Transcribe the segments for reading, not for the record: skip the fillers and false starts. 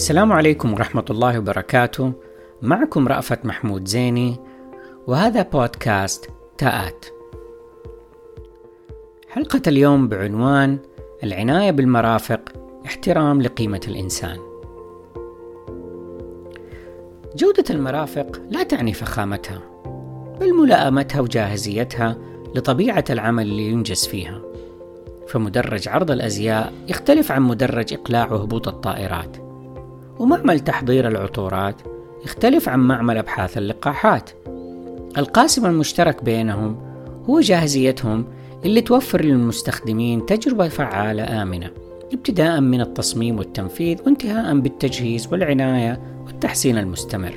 السلام عليكم ورحمة الله وبركاته. معكم رأفت محمود زيني، وهذا بودكاست تاءات. حلقة اليوم بعنوان العناية بالمرافق، احترام لقيمة الإنسان. جودة المرافق لا تعني فخامتها، بل ملائمتها وجاهزيتها لطبيعة العمل اللي ينجز فيها. فمدرج عرض الأزياء يختلف عن مدرج إقلاع وهبوط الطائرات، ومعمل تحضير العطورات يختلف عن معمل أبحاث اللقاحات. القاسم المشترك بينهم هو جاهزيتهم اللي توفر للمستخدمين تجربة فعالة آمنة، ابتداء من التصميم والتنفيذ وانتهاء بالتجهيز والعناية والتحسين المستمر.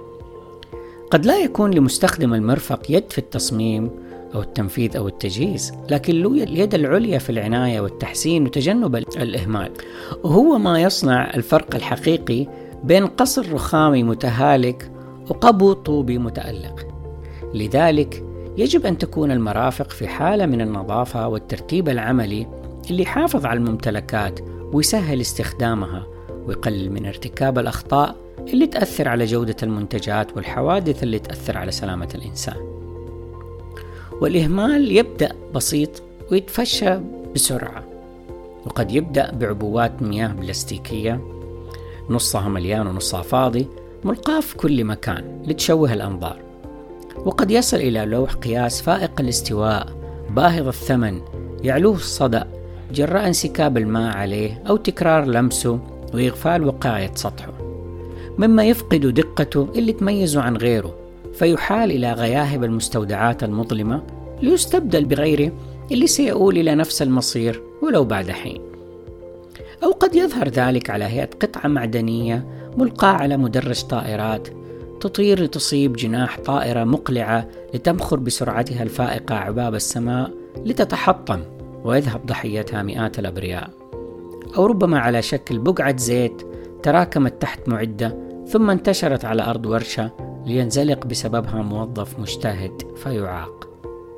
قد لا يكون لمستخدم المرفق يد في التصميم أو التنفيذ أو التجهيز، لكن له اليد العليا في العناية والتحسين وتجنب الإهمال، وهو ما يصنع الفرق الحقيقي بين قصر رخامي متهالك وقبو طوبي متألق. لذلك يجب أن تكون المرافق في حالة من النظافة والترتيب العملي اللي يحافظ على الممتلكات ويسهل استخدامها ويقلل من ارتكاب الأخطاء اللي تأثر على جودة المنتجات والحوادث اللي تأثر على سلامة الإنسان. والإهمال يبدأ بسيط ويتفشى بسرعة، وقد يبدأ بعبوات مياه بلاستيكية نصها مليان ونصها فاضي ملقاة في كل مكان لتشوه الأنظار، وقد يصل إلى لوح قياس فائق الاستواء باهظ الثمن يعلوه الصدأ جراء انسكاب الماء عليه أو تكرار لمسه وإغفال وقاية سطحه، مما يفقد دقته اللي تميزه عن غيره، فيحال إلى غياهب المستودعات المظلمة ليستبدل بغيره اللي سيؤول إلى نفس المصير ولو بعد حين. أو قد يظهر ذلك على هيئة قطعة معدنية ملقاة على مدرج طائرات تطير لتصيب جناح طائرة مقلعة لتمخر بسرعتها الفائقة عباب السماء لتتحطم ويذهب ضحيتها مئات الأبرياء. أو ربما على شكل بقعة زيت تراكمت تحت معدة ثم انتشرت على أرض ورشة لينزلق بسببها موظف مجتهد فيعاق.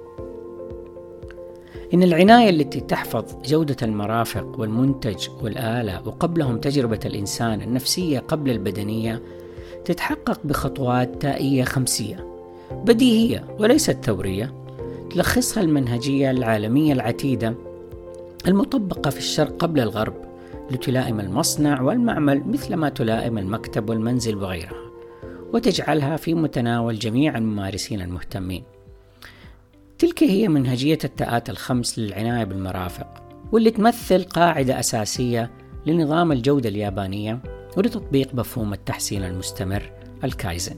إن العناية التي تحفظ جودة المرافق والمنتج والآلة وقبلهم تجربة الإنسان النفسية قبل البدنية تتحقق بخطوات تائية خمسية بديهية وليست ثورية، تلخصها المنهجية العالمية العتيدة المطبقة في الشرق قبل الغرب لتلائم المصنع والمعمل مثل ما تلائم المكتب والمنزل وغيرها، وتجعلها في متناول جميع الممارسين المهتمين. تلك هي منهجية التاءات الخمس للعناية بالمرافق، واللي تمثل قاعدة أساسية لنظام الجودة اليابانية ولتطبيق مفهوم التحسين المستمر الكايزن.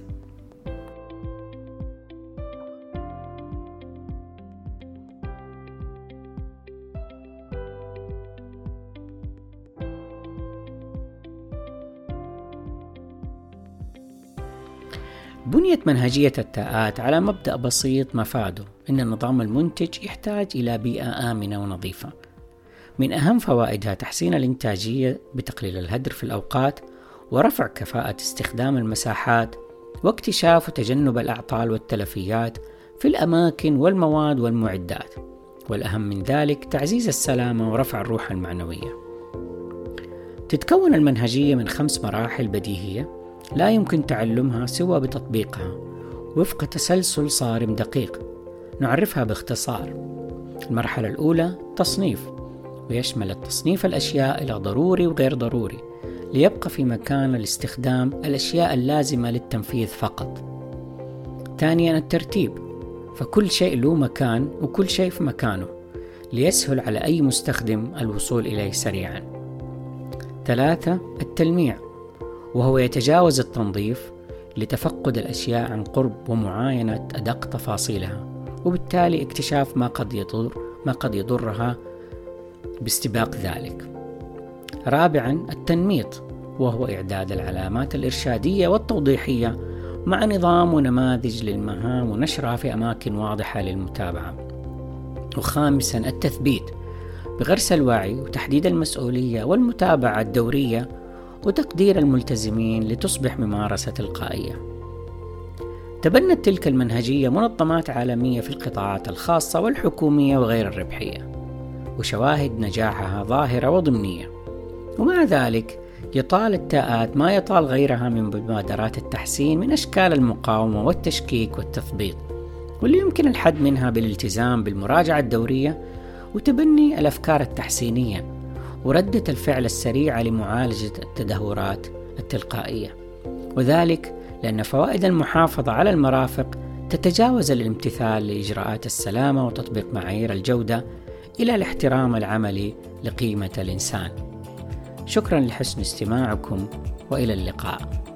بنيت منهجية التاءات على مبدأ بسيط مفاده إن النظام المنتج يحتاج إلى بيئة آمنة ونظيفة. من أهم فوائدها تحسين الإنتاجية بتقليل الهدر في الأوقات ورفع كفاءة استخدام المساحات واكتشاف وتجنب الأعطال والتلفيات في الأماكن والمواد والمعدات، والأهم من ذلك تعزيز السلامة ورفع الروح المعنوية. تتكون المنهجية من 5 مراحل بديهية لا يمكن تعلمها سوى بتطبيقها وفق تسلسل صارم دقيق نعرفها باختصار. المرحلة الأولى تصنيف، ويشمل التصنيف الأشياء إلى ضروري وغير ضروري ليبقى في مكان الاستخدام الأشياء اللازمة للتنفيذ فقط. ثانيا الترتيب، فكل شيء له مكان وكل شيء في مكانه ليسهل على أي مستخدم الوصول إليه سريعا. 3 التلميع، وهو يتجاوز التنظيف لتفقد الأشياء عن قرب ومعاينة أدق تفاصيلها، وبالتالي اكتشاف ما قد يضرها باستباق ذلك. 4 التنميط، وهو إعداد العلامات الإرشادية والتوضيحية مع نظام ونماذج للمهام ونشرها في أماكن واضحة للمتابعة. 5 التثبيت، بغرس الوعي وتحديد المسؤولية والمتابعة الدورية وتقدير الملتزمين لتصبح ممارسة تلقائية. تبنت تلك المنهجية منظمات عالمية في القطاعات الخاصة والحكومية وغير الربحية، وشواهد نجاحها ظاهرة وضمنية. ومع ذلك يطال التاءات ما يطال غيرها من مبادرات التحسين من أشكال المقاومة والتشكيك والتثبيط، واللي يمكن الحد منها بالالتزام بالمراجعة الدورية وتبني الأفكار التحسينية وردة الفعل السريعة لمعالجة التدهورات التلقائية، وذلك لأن فوائد المحافظة على المرافق تتجاوز الامتثال لإجراءات السلامة وتطبيق معايير الجودة إلى الاحترام العملي لقيمة الإنسان. شكرا لحسن استماعكم وإلى اللقاء.